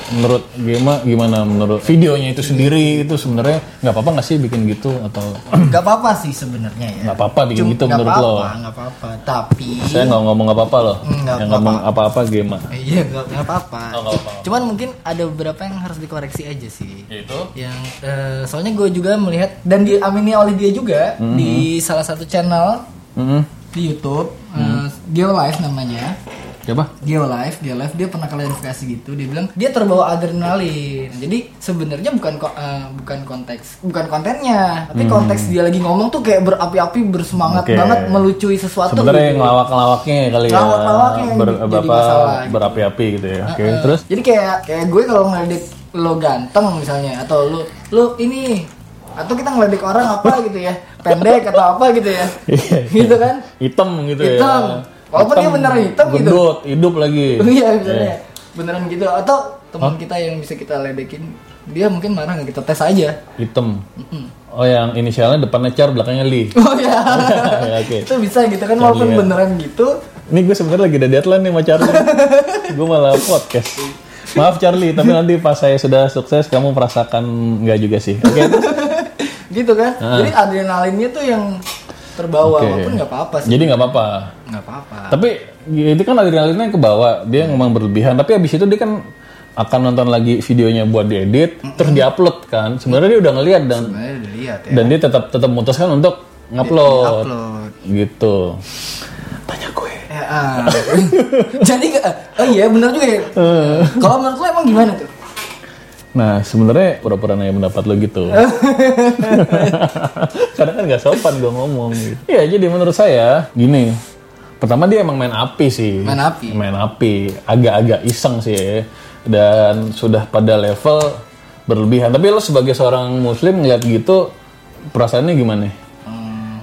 menurut Gema gimana? Menurut videonya itu sendiri itu sebenarnya nggak apa-apa nggak sih bikin gitu atau? Nggak apa-apa sih sebenarnya ya. Nggak apa-apa bikin Cuma, gitu gak menurut apa-apa, lo? Nggak apa-apa. Tapi saya nggak ngomong nggak apa-apa loh. Nggak Yang ngomong apa-apa Gema. Iya nggak nggak apa-apa. Oh, nggak apa-apa. Cuman mungkin ada beberapa yang harus dikoreksi aja sih. Yaitu? Yang uh, soalnya gue juga melihat dan diamini oleh dia juga mm-hmm. di salah satu channel mm-hmm. di YouTube mm-hmm. uh, Geolive namanya. Siapa? Geolive, Geolive dia pernah klarifikasi gitu, dia bilang dia terbawa adrenalin. Jadi sebenarnya bukan uh, bukan konteks, bukan kontennya, tapi hmm. konteks dia lagi ngomong tuh kayak berapi-api, bersemangat okay. banget melucui sesuatu. Sebenarnya gitu. ngelawak-ngelawaknya kali ya. Ngelawak-ngelawaknya yang Ber, jadi apa, masalah. Berapi-api gitu ya. Oke, okay. uh, uh. Terus? Jadi kayak kayak gue kalau ngeledek lo ganteng misalnya, atau lo lo ini, atau kita ngeledek orang apa gitu ya, pendek atau apa gitu ya, gitu kan? Hitam gitu hitam. ya. Hitam. Walaupun dia beneran hitam gitu. Gendut, hidup lagi. Iya misalnya. Yeah. Beneran gitu. Atau teman huh? kita yang bisa kita ledekin, dia mungkin marah nggak, kita tes aja. Hitam. Mm-mm. Oh yang inisialnya depannya Char, belakangnya Li. Oh iya. ya, okay. Itu bisa gitu kan, walaupun ya. beneran gitu. Ini gue sebenarnya lagi ada deadline nih sama Charlie. Gue malah podcast. Maaf Charlie, tapi nanti pas saya sudah sukses kamu merasakan nggak juga sih. Oke. Okay? Gitu kan. Uh. Jadi adrenalinnya tuh yang terbawa, okay. walaupun nggak apa-apa sih. Jadi nggak apa-apa. Nggak apa-apa. Tapi itu kan adrenalinnya ke bawah, dia hmm. memang berlebihan. Tapi abis itu dia kan akan nonton lagi videonya buat diedit, mm-hmm. terus diupload kan. Sebenarnya dia udah ngeliat dan udah lihat, ya. dan dia tetap tetap memutuskan untuk ngupload. Gitu. Tanya gue. Ya, uh. Jadi, oh iya benar juga ya. Uh. Kalau menurut lo emang gimana tuh? Nah sebenarnya pura-pura nanya pendapat lo gitu. Karena kan nggak sopan gue ngomong gitu. Ya jadi menurut saya gini, pertama dia emang main api sih. Main api. Main api, agak-agak iseng sih. Dan sudah pada level berlebihan. Tapi lo sebagai seorang muslim ngeliat gitu, perasaannya gimana? Hmm.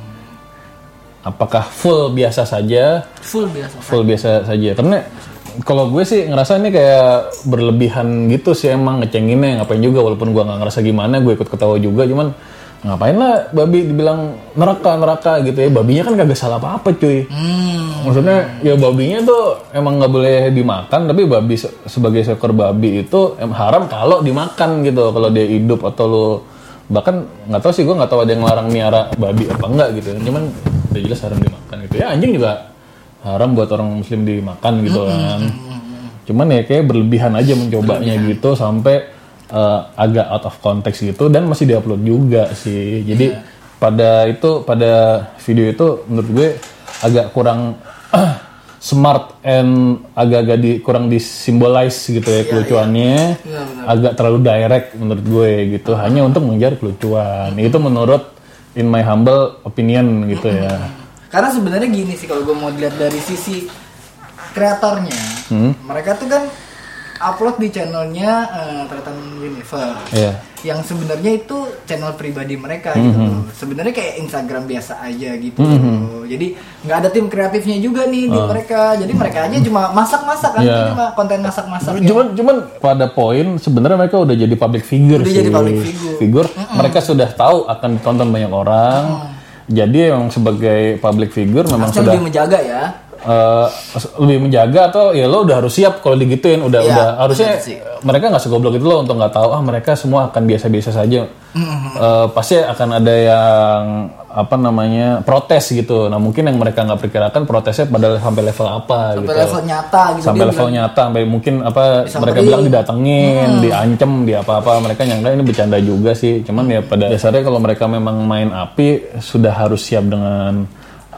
Apakah full biasa saja? Full biasa. Full biasa saja. Karena kalau gue sih ngerasa ini kayak berlebihan gitu sih, emang ngecenginnya ngapain juga, walaupun gue nggak ngerasa gimana, gue ikut ketawa juga, cuman ngapain lah babi dibilang neraka neraka gitu ya, babinya kan kagak salah apa apa cuy. Hmm. Maksudnya ya babinya tuh emang nggak boleh dimakan, tapi babi sebagai seekor babi itu em haram kalau dimakan gitu, kalau dia hidup atau lo bahkan nggak tahu sih, gue nggak tahu ada yang larang miara babi apa enggak gitu, cuman udah jelas haram dimakan gitu ya. Anjing juga haram buat orang muslim dimakan gitu kan. Mm-hmm. Cuman ya kayak berlebihan aja mencobanya berlebihan. Gitu sampai uh, agak out of context gitu, dan masih diupload juga sih. Jadi yeah. pada itu pada video itu menurut gue agak kurang uh, smart and agak-agak di, kurang disimbolize gitu ya, yeah, kelucuannya. Yeah. Yeah, agak terlalu direct menurut gue gitu. Mm-hmm. Hanya untuk mengejar kelucuan. Mm-hmm. Itu menurut in my humble opinion gitu mm-hmm. ya. Karena sebenarnya gini sih, kalau gue mau dilihat dari sisi kreatornya, hmm. mereka tuh kan upload di channelnya uh, Tretan Universe, yeah. yang sebenarnya itu channel pribadi mereka mm-hmm. gitu. Sebenarnya kayak Instagram biasa aja gitu. Mm-hmm. Jadi nggak ada tim kreatifnya juga nih uh. di mereka. Jadi mereka aja cuma masak-masak kan, yeah. cuma konten masak-masak. Cuman cuman pada poin sebenarnya mereka udah jadi public figure udah sih. Jadi public figure. Figur, mm-hmm. mereka sudah tahu akan ditonton banyak orang. Mm. Jadi emang sebagai public figure memang harusnya sudah lebih menjaga ya. Uh, lebih menjaga, atau ya lo udah harus siap kalau digituin, udah ya, udah harusnya mereka nggak segoblok itu lo untuk nggak tahu ah mereka semua akan biasa-biasa saja. Mm-hmm. Uh, pasti akan ada yang apa namanya protes gitu. Nah mungkin yang mereka nggak perkirakan protesnya pada sampai level apa sampai gitu. Sampai level nyata gitu. Sampai level bilang, nyata, sampai mungkin apa mereka bilang didatengin, hmm. diancem, di apa-apa. Mereka nyangka ini bercanda juga sih. Cuman ya pada dasarnya kalau mereka memang main api sudah harus siap dengan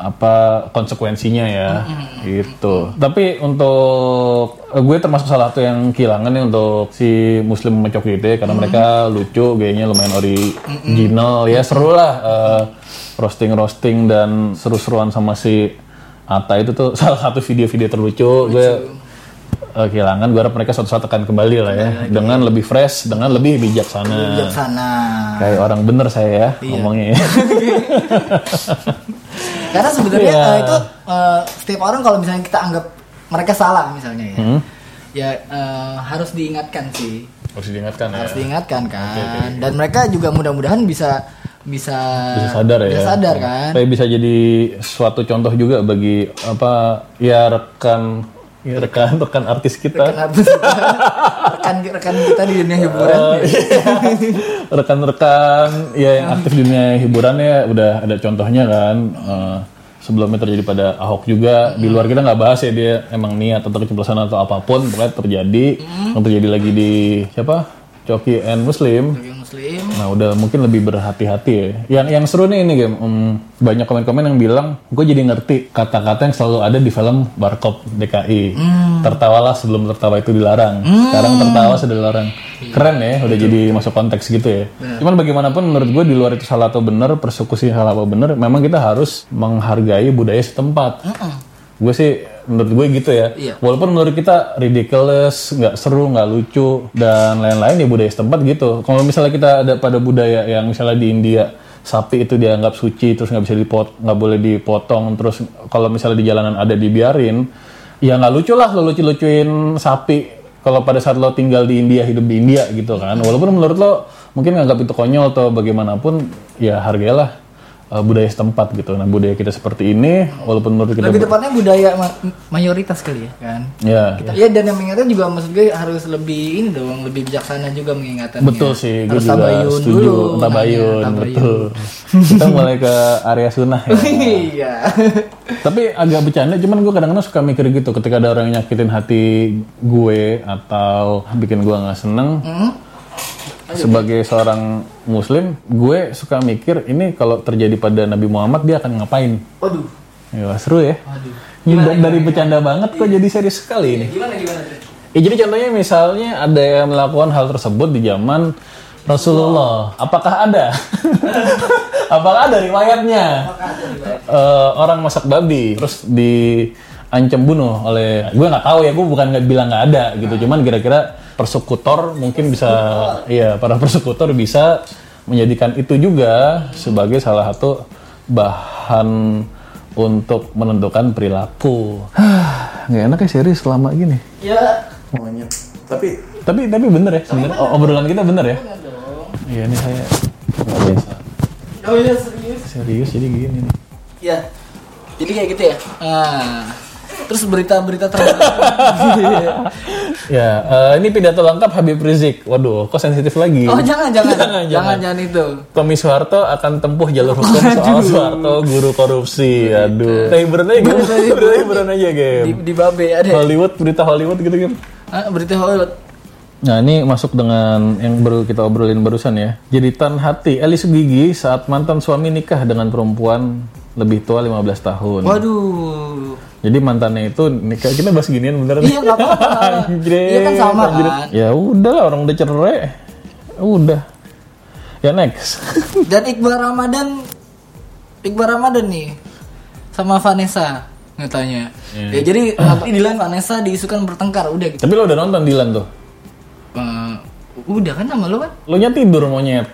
apa konsekuensinya ya, mm-hmm. gitu. Tapi untuk gue termasuk salah satu yang kehilangan nih untuk si Muslim Mecok gitu ya, karena mm-hmm. mereka lucu, gayanya lumayan original, mm-hmm. ya seru lah uh, roasting-roasting dan seru-seruan sama si Atta itu tuh salah satu video-video terlucu. Lucu. Gue uh, kehilangan, gue harap mereka suatu saat akan kembali lah ya, kembali dengan lagi. Lebih fresh, dengan lebih bijaksana. Lebih bijaksana. Kayak orang bener saya ya, iya. ngomongnya ya. Karena sebenarnya yeah. uh, itu uh, setiap orang kalau misalnya kita anggap mereka salah misalnya ya, hmm. ya uh, harus diingatkan sih. Harus diingatkan harus ya. Harus diingatkan kan. Okay, okay. Dan okay. mereka juga mudah-mudahan bisa bisa bisa sadar bisa ya. sadar kan. Supaya bisa jadi suatu contoh juga bagi apa ya rekan ya rekan rekan artis kita. Rekan artis kita. Rekan rekan-rekan kita di dunia hiburan. Uh, iya. Rekan-rekan ya yang aktif di dunia hiburan ya udah ada contohnya kan. Uh, sebelumnya terjadi pada Ahok juga. Di luar kita nggak bahas ya dia emang niat atau keceplosan atau apapun, pokoknya terjadi. Hmm. Yang terjadi lagi di siapa? Coki and Muslim. Coki Muslim. Nah udah mungkin lebih berhati-hati ya. Yang yang seru nih ini game. Um, banyak komen-komen yang bilang, gue jadi ngerti kata-kata yang selalu ada di film Warkop D K I. Hmm. Tertawalah sebelum tertawa itu dilarang. Hmm. Sekarang tertawa sudah dilarang. Keren ya, udah jadi masuk konteks gitu ya. Bener. Cuman bagaimanapun menurut gue di luar itu salah atau benar, persekusi salah atau benar, memang kita harus menghargai budaya setempat. Uh-uh. Gue sih menurut gue gitu ya. Iya. Walaupun menurut kita ridiculous, nggak seru, nggak lucu dan lain-lain ya budaya setempat gitu. Kalau misalnya kita ada pada budaya yang misalnya di India sapi itu dianggap suci terus nggak bisa dipot, nggak boleh dipotong, terus kalau misalnya di jalanan ada dibiarin, ya nggak lucu lah lo lucu-lucuin sapi. Kalau pada saat lo tinggal di India, hidup di India gitu kan. Walaupun menurut lo mungkin nganggap itu konyol atau bagaimanapun, ya hargailah uh, budaya setempat gitu. Nah budaya kita seperti ini, walaupun menurut kita... Lebih tepatnya budaya ma- mayoritas kali ya kan. Ya. Kita, ya dan yang mengingatkan juga maksud gue harus lebih ini dong, lebih bijaksana juga mengingatkannya. Betul sih, gue harus juga tabayun setuju. Dulu. Tabayun, Nah, betul. Kita mulai ke area sunnah ya. Iya. Tapi agak bercanda, cuman gue kadang-kadang suka mikir gitu ketika ada orang yang nyakitin hati gue atau bikin gue nggak seneng. Mm-hmm. Sebagai seorang Muslim, gue suka mikir ini kalau terjadi pada Nabi Muhammad dia akan ngapain? Waduh. Ya seru ya. Waduh. Gimana, dari gimana, bercanda gimana? Banget kok jadi serius sekali ini. Gimana gimana? Ya, jadi contohnya misalnya ada yang melakukan hal tersebut di zaman Rasulullah. Apakah ada? Apakah ada riwayatnya? Uh, orang masak babi terus diancam bunuh oleh, gue nggak tahu ya, gue bukan nggak bilang nggak ada gitu, cuman kira-kira persekutor mungkin bisa, iya para persekutor bisa menjadikan itu juga sebagai salah satu bahan untuk menentukan perilaku. Nggak enak ya serius selama gini. Ya. Monyet. Tapi tapi tapi bener ya sebenarnya. Obrolan kita bener ya. Iya ini saya nggak biasa. Oh iya serius. Serius jadi gini nih. Ya. Jadi kayak gitu ya. Nah. Terus berita-berita terbaru. Ya, uh, ini pidato lengkap Habib Rizik. Waduh, kok sensitif lagi? Oh jangan jangan jangan, jangan, jangan itu. Tommy Soeharto akan tempuh jalur hukum soal Soeharto guru korupsi. Aduh. Kita hiburan aja, Gem. Kita hiburan aja, Gem. Di, di Babe ada. Hollywood, berita Hollywood gitu, Gem. Ah, berita Hollywood. Nah ini masuk dengan yang baru kita obrolin barusan ya. Jeritan hati Eli Sugigi saat mantan suami nikah dengan perempuan lebih tua lima belas tahun. Waduh. Jadi mantannya itu nikah, kita bahas ginian beneran. Iya nggak apa-apa. Iya kan sama kan. Ya udah orang udah cerai. Udah. Ya next. Dan Iqbal Ramadan, Iqbal Ramadan nih sama Vanessa katanya. Yeah. Ya jadi nanti Dilan Vanessa diisukan bertengkar udah gitu. Tapi lo udah nonton Dilan tuh? Uh, udah kan sama lo kan? Lo nya tidur monyet.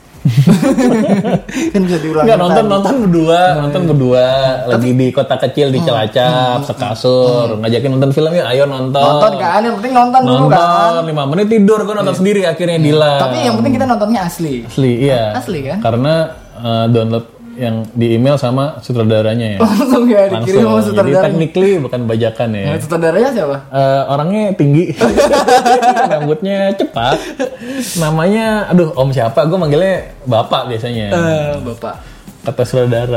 Kan bisa diulang. Enggak nonton tadi. nonton berdua, nah, nonton berdua tapi, lagi di kota kecil di Cilacap, hmm, sekasur, hmm. ngajakin nonton film ya, ayo nonton. Nonton kan, yang penting nonton, nonton dulu kan. Nonton lima menit tidur, gue nonton yeah. sendiri akhirnya Dilan. Tapi yang penting kita nontonnya asli. Asli, iya. Asli kan? Karena uh, download yang di email sama sutradaranya ya. Langsung ya dikirim sama sutradaranya. Jadi technically bukan bajakan ya. Nah, sutradaranya siapa? Uh, orangnya tinggi. Rambutnya cepat. Namanya aduh Om siapa? Gue manggilnya Bapak biasanya. Uh, bapak. Kata sutradara.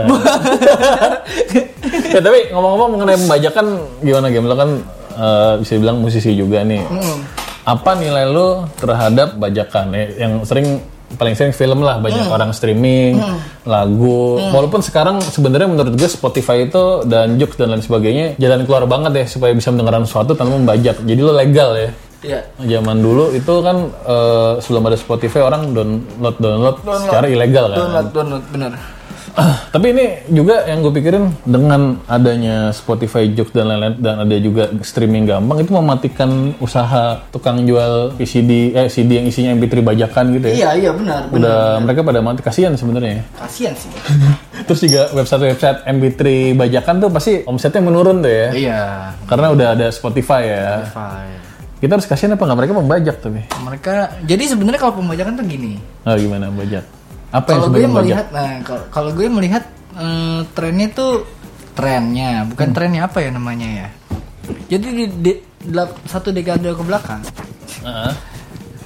Ya tapi ngomong-ngomong mengenai pembajakan gimana game lo kan uh, bisa bilang musisi juga nih. Mm. Apa nilai lo terhadap bajakan ya, yang sering paling sering film lah, banyak hmm. orang streaming hmm. lagu hmm. walaupun sekarang sebenarnya menurut gue Spotify itu dan Joox dan lain sebagainya jalan keluar banget ya supaya bisa mendengarkan sesuatu tanpa membajak, jadi lo legal ya. Iya. Zaman dulu itu kan uh, sebelum ada Spotify orang download download, download. secara ilegal kan. Download download benar. Uh, tapi ini juga yang gue pikirin dengan adanya Spotify, Joox dan lain-lain dan ada juga streaming gampang itu mematikan usaha tukang jual C D eh C D yang isinya M P tiga bajakan gitu ya. Iya iya benar. Udah benar. Mereka pada mati, kasihan sebenarnya. Kasihan sih. Terus juga website-website M P tiga bajakan tuh pasti omsetnya menurun tuh ya. Iya. Karena udah ada Spotify ya. Spotify. Kita harus kasihan apa nggak mereka membajak tapi. Mereka jadi sebenarnya kalau pembajakan tuh gini. Oh gimana membajak? Apa kalau gue yang melihat, nah kalau gue melihat um, trennya tuh trennya, bukan hmm. trennya apa ya namanya ya. Jadi di, di, di satu dekade ke belakang, uh-huh.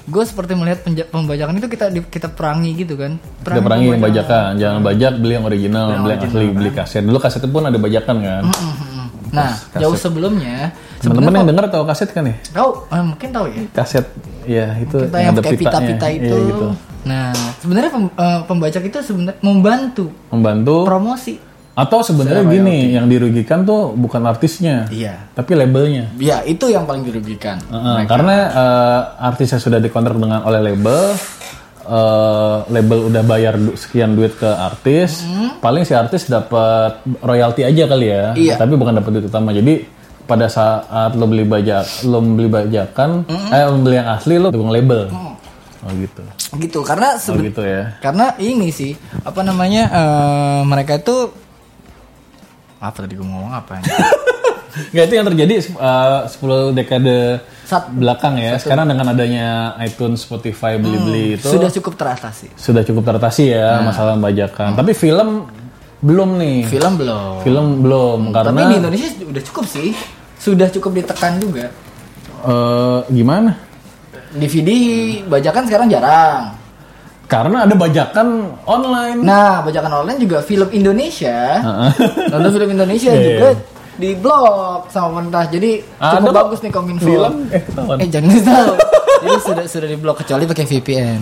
gue seperti melihat penja- pembajakan itu kita di, kita perangi gitu kan. Perangi kita perangi yang bajakan, jangan bajak, beli yang original, beli yang asli, kan? Beli kaset. Dulu kaset pun ada bajakan kan. Mm-hmm. Nah, kaset. Jauh sebelumnya, teman-teman yang dengar tahu kaset kan ya? Tahu, eh, mungkin tahu ya. Kaset, ya itu kita yang pakai pita-pita itu. Iya, gitu. Nah, sebenarnya pem, uh, pembajak itu sebenarnya membantu, membantu promosi. Atau sebenarnya gini, yang dirugikan tuh bukan artisnya, iya, tapi labelnya. Iya, itu yang paling dirugikan. Uh-uh, karena uh, artisnya sudah dikontrak dengan oleh label, uh, label udah bayar du- sekian duit ke artis, mm-hmm. paling si artis dapat royalti aja kali ya, iya. tapi bukan dapat duit utama. Jadi pada saat lo beli bajak, lo beli bajakan, mm-hmm. eh lo beli yang asli lo dukung label. Mm. Oh gitu. Gitu, karena seben- oh, gitu ya. Karena ini sih, apa namanya, uh, mereka itu apa tadi gue ngomong apa ya? Nggak, itu yang terjadi uh, sepuluh dekade Sat, belakang ya. Satu. Sekarang dengan adanya iTunes, Spotify, Blibli hmm, itu sudah cukup teratasi. Sudah cukup teratasi ya nah. masalah bajakan. Hmm. Tapi film belum nih. Film belum. Film belum hmm, karena. Tapi di Indonesia udah cukup sih. Sudah cukup ditekan juga. Uh, gimana? D V D bajakan sekarang jarang. Karena ada bajakan online. Nah, bajakan online juga film Indonesia. Uh-uh. Nonton film Indonesia yeah. juga di blok sama pemerintah. Jadi ada cukup bagus nih Kominfo. Film eh ketahuan. Eh jangan tahu. Jadi sudah sudah di blok kecuali pakai V P N.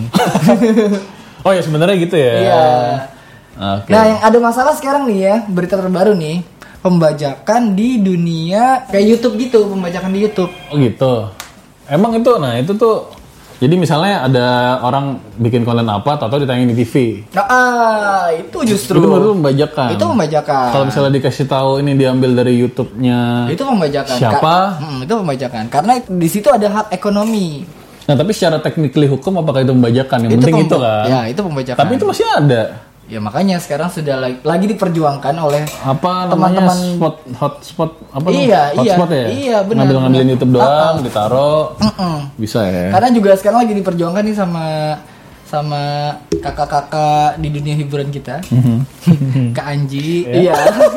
Oh ya sebenarnya gitu ya. Iya. Okay. Nah, yang ada masalah sekarang nih ya, berita terbaru nih, pembajakan di dunia kayak YouTube gitu, pembajakan di YouTube. Oh gitu. Emang itu, nah itu tuh. Jadi misalnya ada orang bikin konten apa, atau ditayangin di T V. Nah, itu justru. Itu baru pembajakan. Itu pembajakan. Kalau misalnya dikasih tahu ini diambil dari YouTube-nya. Itu pembajakan. Siapa? Ka- hmm, itu pembajakan. Karena di situ ada hak ekonomi. Nah, tapi secara teknikly hukum apakah itu pembajakan? Yang itu penting pemb- itu kan. Ya, itu pembajakan. Tapi itu masih ada. Ya makanya sekarang sudah lagi, lagi diperjuangkan oleh apa teman-teman spot hotspot apa iya, hotspot iya, ya? Iya, benar. Ngambil-ngambilin YouTube doang, uh-uh. ditaruh. Uh-uh. Bisa ya. Karena juga sekarang lagi diperjuangkan nih sama sama kakak-kakak di dunia hiburan kita. Kak Anji. Iya.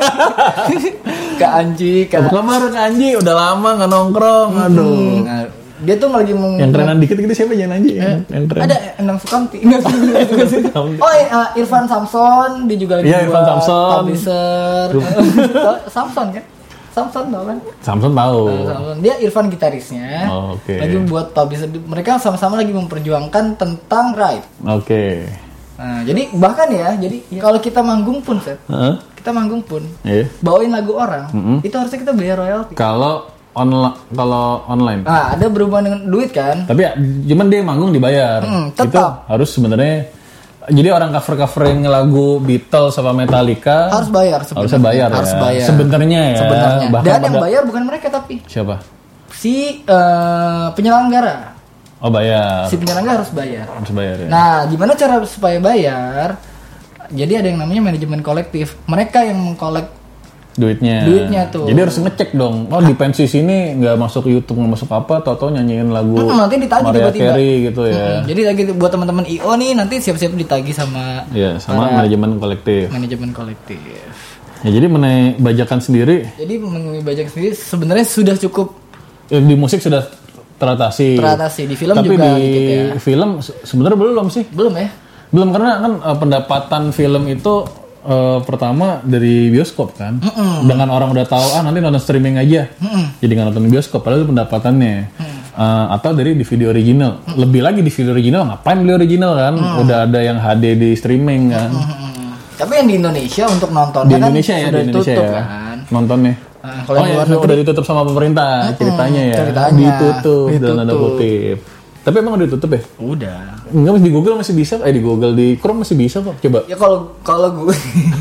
Kak Anji, Kak. Apa kabar Kak Anji? Udah lama enggak nongkrong. Aduh. Nah, dia tuh lagi mau yang kerenan dikit gitu siapa jangan Anji eh, yang keren. Ada Endang Sukamti. Oh, uh, Irfan Samson dia juga lagi ya, Irfan Samson publisher. Samson kan? Samson tau kan? Samson tahu. Samson. Dia Irfan gitarisnya. Oh, oke. Okay. Lagi buat publisher. Mereka sama-sama lagi memperjuangkan tentang right. Oke. Okay. Nah, jadi bahkan ya, jadi ya, kalau kita manggung pun, Set. Uh-huh. Kita manggung pun. Yeah. Bawain lagu orang, mm-hmm. itu harusnya kita bayar royalti. Kalau Onla- kalau online. Ah, ada berhubungan dengan duit kan? Tapi ya, cuman dia manggung dibayar. Hmm, itu harus sebenarnya. Jadi orang cover-covering lagu Beatles sama Metallica harus bayar. Harusnya bayar harus ya. Bayar. Sebenarnya ya. Sebenarnya. Bahkan Dan pada... yang bayar bukan mereka tapi. Siapa? Si uh, penyelenggara. Oh bayar. Si penyelenggara harus bayar. Harus bayar ya. Nah, gimana cara supaya bayar? Jadi ada yang namanya manajemen kolektif. Mereka yang mengkolek duitnya. Duitnya tuh. Jadi harus ngecek dong. Oh di pensi sini nggak masuk YouTube, nggak masuk apa, atau nyanyiin lagu hmm, nanti ditagih Mariah tiba-tiba. Carey gitu ya. Hmm, jadi lagi buat teman-teman I O nih nanti siap-siap ditagih sama. Iya, sama manajemen kolektif. Manajemen kolektif. Ya jadi mengenai bajakan sendiri. Jadi mengenai bajakan sendiri sebenarnya sudah cukup. Ya, di musik sudah teratasi. Teratasi di film tapi juga. Tapi di gitu ya. film sebenarnya belum sih. Belum ya. Belum karena kan uh, pendapatan film itu uh, pertama dari bioskop kan. Mm-mm. Dengan orang udah tahu ah nanti nonton streaming aja. Mm-mm. Jadi nggak nonton bioskop padahal itu pendapatannya. Mm. Uh, atau dari D V D original. Mm. Lebih lagi D V D original ngapain beli original kan? Mm. Udah ada yang H D di streaming kan. Mm-hmm. Tapi yang di Indonesia untuk nontonnya di Indonesia kan ya, sudah di Indonesia tutup ya. kan. Nontonnya. Nah, oh ya, udah ditutup sama pemerintah mm-hmm. ceritanya ya. Ceritanya. Ditutup, ditutup. dalam tanda kutip. Tapi emang udah ditutup ya? Udah. Enggak, masih di Google masih bisa. Eh di Google, di Chrome masih bisa kok. Coba. Ya kalau kalau gue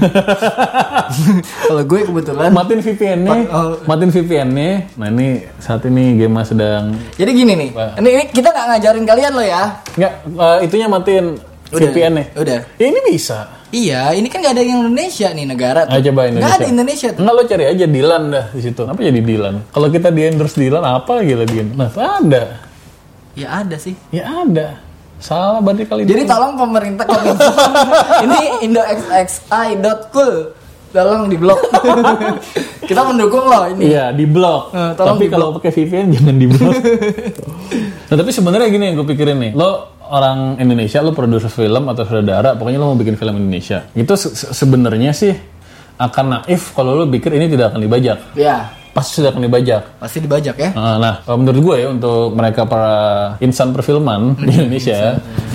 kalau gue kebetulan matiin V P N-nya. Oh. Matiin V P N-nya. Nah, ini saat ini Gema sedang. Jadi gini nih. Ini, ini kita enggak ngajarin kalian loh ya. Enggak, uh, itunya matiin udah, V P N-nya. Udah. Ya, ini bisa. Iya, ini kan nggak ada yang Indonesia nih negara tuh. Ah, coba Indonesia. Nggak ada Indonesia tuh. Enggak, lo cari aja Dilan dah di situ. Apa jadi Dilan? Kalau kita di endorse Dilan apa gila Dilan? Nah, ada. Ya ada sih. Ya ada. Salah berarti kali. Jadi dulu. Tolong pemerintah Kominfo. Ini indo x x i dot cool. Tolong di blok. Kita mendukung loh ini. Iya, di blok. Uh, Tapi kalau pakai V P N jangan di blok. Nah tapi sebenarnya gini yang gue pikirin nih, lo orang Indonesia, lo produser film atau saudara, pokoknya lo mau bikin film Indonesia, itu se- sebenarnya sih akan naif kalau lo pikir ini tidak akan dibajak. Ya. Pasti sudah akan dibajak. Pasti dibajak ya. Nah, menurut gue ya untuk mereka para insan perfilman di Indonesia,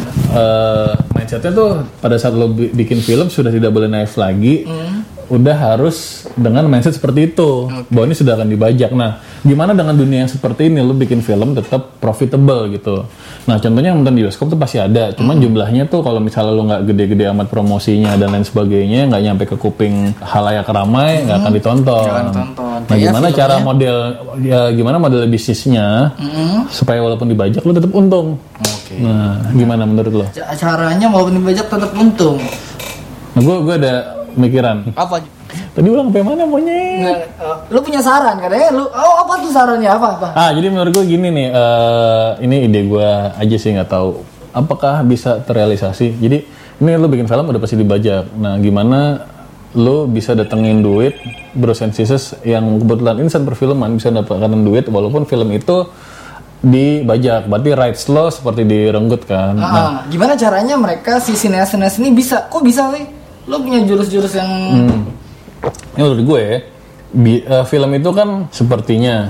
uh, mindsetnya tuh pada saat lo bikin film sudah tidak boleh naif lagi. Mm. Udah harus dengan mindset seperti itu, okay. bahwa ini sudah akan dibajak. Nah, gimana dengan dunia yang seperti ini, lo bikin film tetap profitable gitu. Nah, contohnya yang nonton di bioskop tuh pasti ada, cuman mm. jumlahnya tuh kalau misalnya lo nggak gede-gede amat promosinya dan lain sebagainya, nggak nyampe ke kuping halayak ramai, nggak mm. akan ditonton. Gak tonton. Nah, gimana ya, cara model, ya gimana model bisnisnya mm. supaya walaupun dibajak lo tetap untung. Okay. Nah, gimana menurut lo? Caranya walaupun dibajak tetap untung. Nah, gue gue ada mikiran. Apa? Tadi ulang sampai mana monyet? Nggak, uh, lu punya saran katanya lu. Oh, apa tuh sarannya apa apa? Ah, jadi menurut gue gini nih, uh, ini ide gue aja sih, nggak tahu apakah bisa terrealisasi. Jadi ini lu bikin film udah pasti dibajak. Nah, gimana lu bisa datengin duit bros and sisters yang kebetulan insan perfilman bisa dapatkan duit walaupun film itu dibajak, berarti rights lo seperti direnggut kan? Ah, nah, gimana caranya mereka si sineas-sineas ini bisa? Kok bisa sih? Lo punya jurus-jurus yang hmm. Ini menurut gue ya, bi- uh, film itu kan sepertinya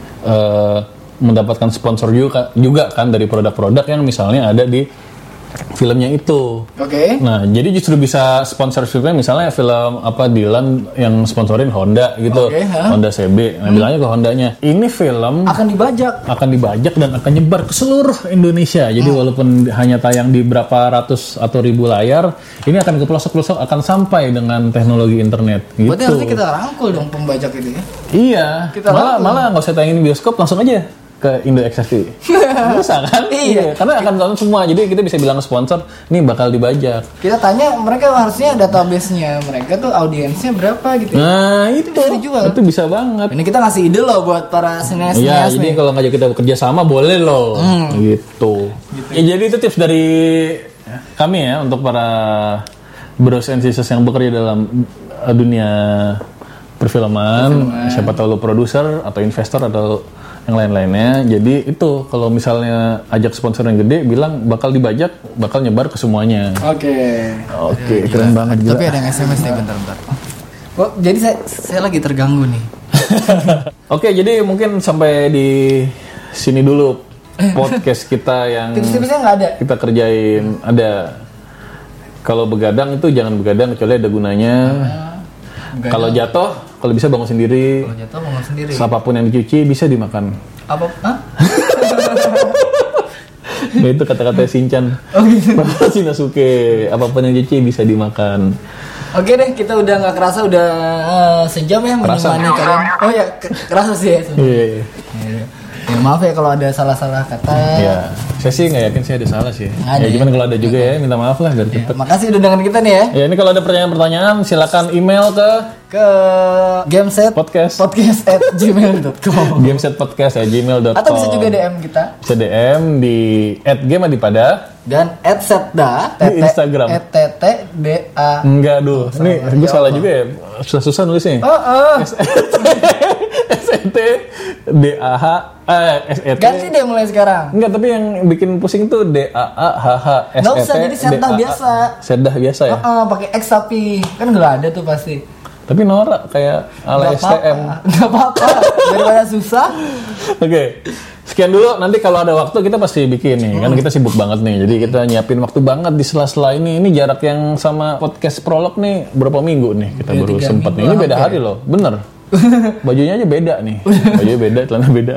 uh, mendapatkan sponsor juga, juga kan dari produk-produk yang misalnya ada di filmnya itu. Oke. Okay. Nah, jadi justru bisa sponsor filmnya misalnya film apa Dylan yang sponsorin Honda gitu. Okay, huh? Honda C B. Nah, hmm. bilangnya ke Hondanya, ini film akan dibajak. Akan dibajak dan akan nyebar ke seluruh Indonesia. Jadi hmm. walaupun hanya tayang di berapa ratus atau ribu layar, ini akan ke pelosok-pelosok, akan sampai dengan teknologi internet gitu. Berarti harusnya kita rangkul dong pembajak itu ya. Iya. Kita malah rangkul. malah nggak usah tayangin bioskop, langsung aja ke Indo X F T. Bisa kan? Iya. Karena akan nonton semua. Jadi kita bisa bilang ke sponsor, nih bakal dibajak. Kita tanya mereka harusnya database-nya mereka tuh audiensnya berapa gitu. Nah, itu bisa dijual. Itu bisa banget. Ini kita ngasih ide loh buat para sineas. Iya, jadi kalau ngajak kita bekerja sama boleh loh. Hmm. Gitu. gitu. Ya, jadi itu tips dari kami ya untuk para bros and sisters yang bekerja dalam dunia perfilman. perfilman. Siapa tahu lo produser atau investor atau yang lain-lainnya. Jadi itu kalau misalnya ajak sponsor yang gede bilang bakal dibajak, bakal nyebar ke semuanya. Oke. Okay. Oke, okay, ya, keren banget juga. Tapi ada yang S M S nih bentar-bentar. Kok jadi saya saya lagi terganggu nih. Oke, okay, jadi mungkin sampai di sini dulu podcast kita yang tips-tipsnya nggak ada. Kita kerjain ada. Kalau begadang itu jangan begadang kecuali ada gunanya. Uh, kalau jatuh, kalau bisa bangun sendiri. Kalau jatuh bangun sendiri. Apapun yang dicuci bisa dimakan. Apa? Hah? Nah, itu kata-kata Shinchan. Oh gitu. Shinasuke, apapun yang dicuci bisa dimakan. Oke deh, kita udah nggak kerasa udah uh, sejam ya menemani kalian. Oh ya, kerasa sih ya. Iya. Yeah. Ya, maaf ya kalau ada salah-salah kata. Iya. Saya sih nggak yakin sih ada salah sih. Ada, ya gimana kalau ada juga ya, minta maaf lah dari ya, makasih udah dengan kita nih ya. Ya ini kalau ada pertanyaan-pertanyaan silakan email ke ke gameset podcast podcast at gmail dot com gameset podcast at gmail dot com atau bisa juga D M kita. Bisa D M di at game adipada dan at setda di Instagram. at t t d a. Enggak, duh. Ini gue salah juga ya. Susah-susah nulisnya. Oh, oh. S E T D A H eh S E T. Ganti deh mulai sekarang. Enggak, tapi yang bikin pusing tuh D A A H H S E T. Enggak usah, jadi setda biasa. Setda biasa ya? Heeh, pakai X tapi kan enggak ada tuh pasti. Tapi norak kayak ala S T M. Enggak apa-apa. Daripada susah. Oke. Okay. Sekian dulu, nanti kalau ada waktu kita pasti bikin nih, hmm. karena kita sibuk banget nih, jadi kita nyiapin waktu banget di sela-sela ini. Ini jarak yang sama podcast prolog nih berapa minggu nih kita ya, baru sempat nih. Ini beda hari loh, bener. Bajunya aja beda nih, bajunya beda, celana beda.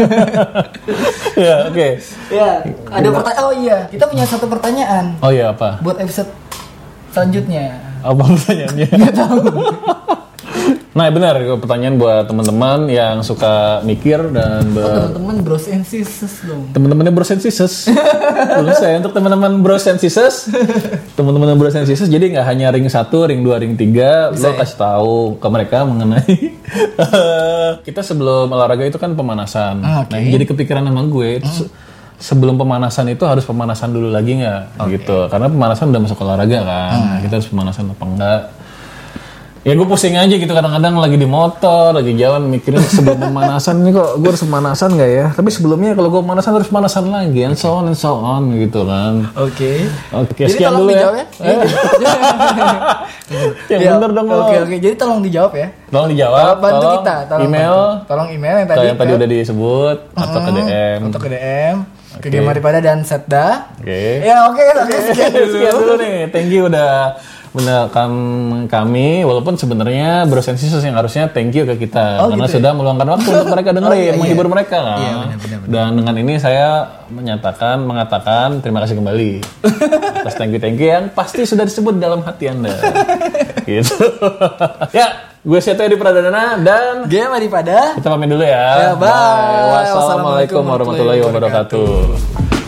Ya oke. Okay. Ya ada pertanyaan. Oh iya, kita punya satu pertanyaan. Oh iya apa? Buat episode selanjutnya. Apa pertanyaannya? Nggak tahu. Nah benar, pertanyaan buat teman-teman yang suka mikir dan ber... oh, teman-teman bros and sisters dong. Teman-temannya bros and sisters. Belum saya untuk teman-teman bros and sisters. Teman-teman bros and sisters. Jadi nggak hanya ring satu, ring dua, ring tiga. Lo kasih tahu ke mereka mengenai kita sebelum olahraga itu kan pemanasan. Ah, okay. Nah jadi kepikiran sama gue. Hmm. Sebelum pemanasan itu harus pemanasan dulu lagi nggak? Okay. Gitu. Karena pemanasan udah masuk olahraga kan. Hmm. Kita harus pemanasan apa enggak? Ya gue pusing aja gitu kadang-kadang lagi di motor, lagi jalan mikirin sebelum pemanasan nih kok gue harus pemanasan nggak ya? Tapi sebelumnya kalau gue pemanasan harus pemanasan lagi, and so on and so on gitu kan. Oke. Oke, sekian dulu ya. ya. Yang Ya, bener dong lo. Oke oke, jadi tolong dijawab ya. Tolong dijawab. Bantu tolong kita, tolong email. bantu. Tolong email yang tadi. Tadi yang tadi ke- udah disebut atau ke D M. Atau ke D M. Ke Oke. Game Maripada dan Setda. Oke. Ya oke oke sekian dulu. Sekian dulu nih. Thank you udah mendengarkan kami, walaupun sebenarnya Bro Sensisus yang harusnya thank you ke kita Oh, karena gitu sudah meluangkan waktu untuk mereka dengerin, Oh, iya, iya. menghibur mereka kan. Iya, benar, benar, benar. Dan dengan ini saya menyatakan, mengatakan terima kasih kembali atas thank you thank you yang pasti sudah disebut dalam hati Anda. Gitu. Ya, gue Seto Edi Pradana dan Game Maripada. kita pamit dulu ya. Ya, bye. Wassalamualaikum warahmatullahi wabarakatuh.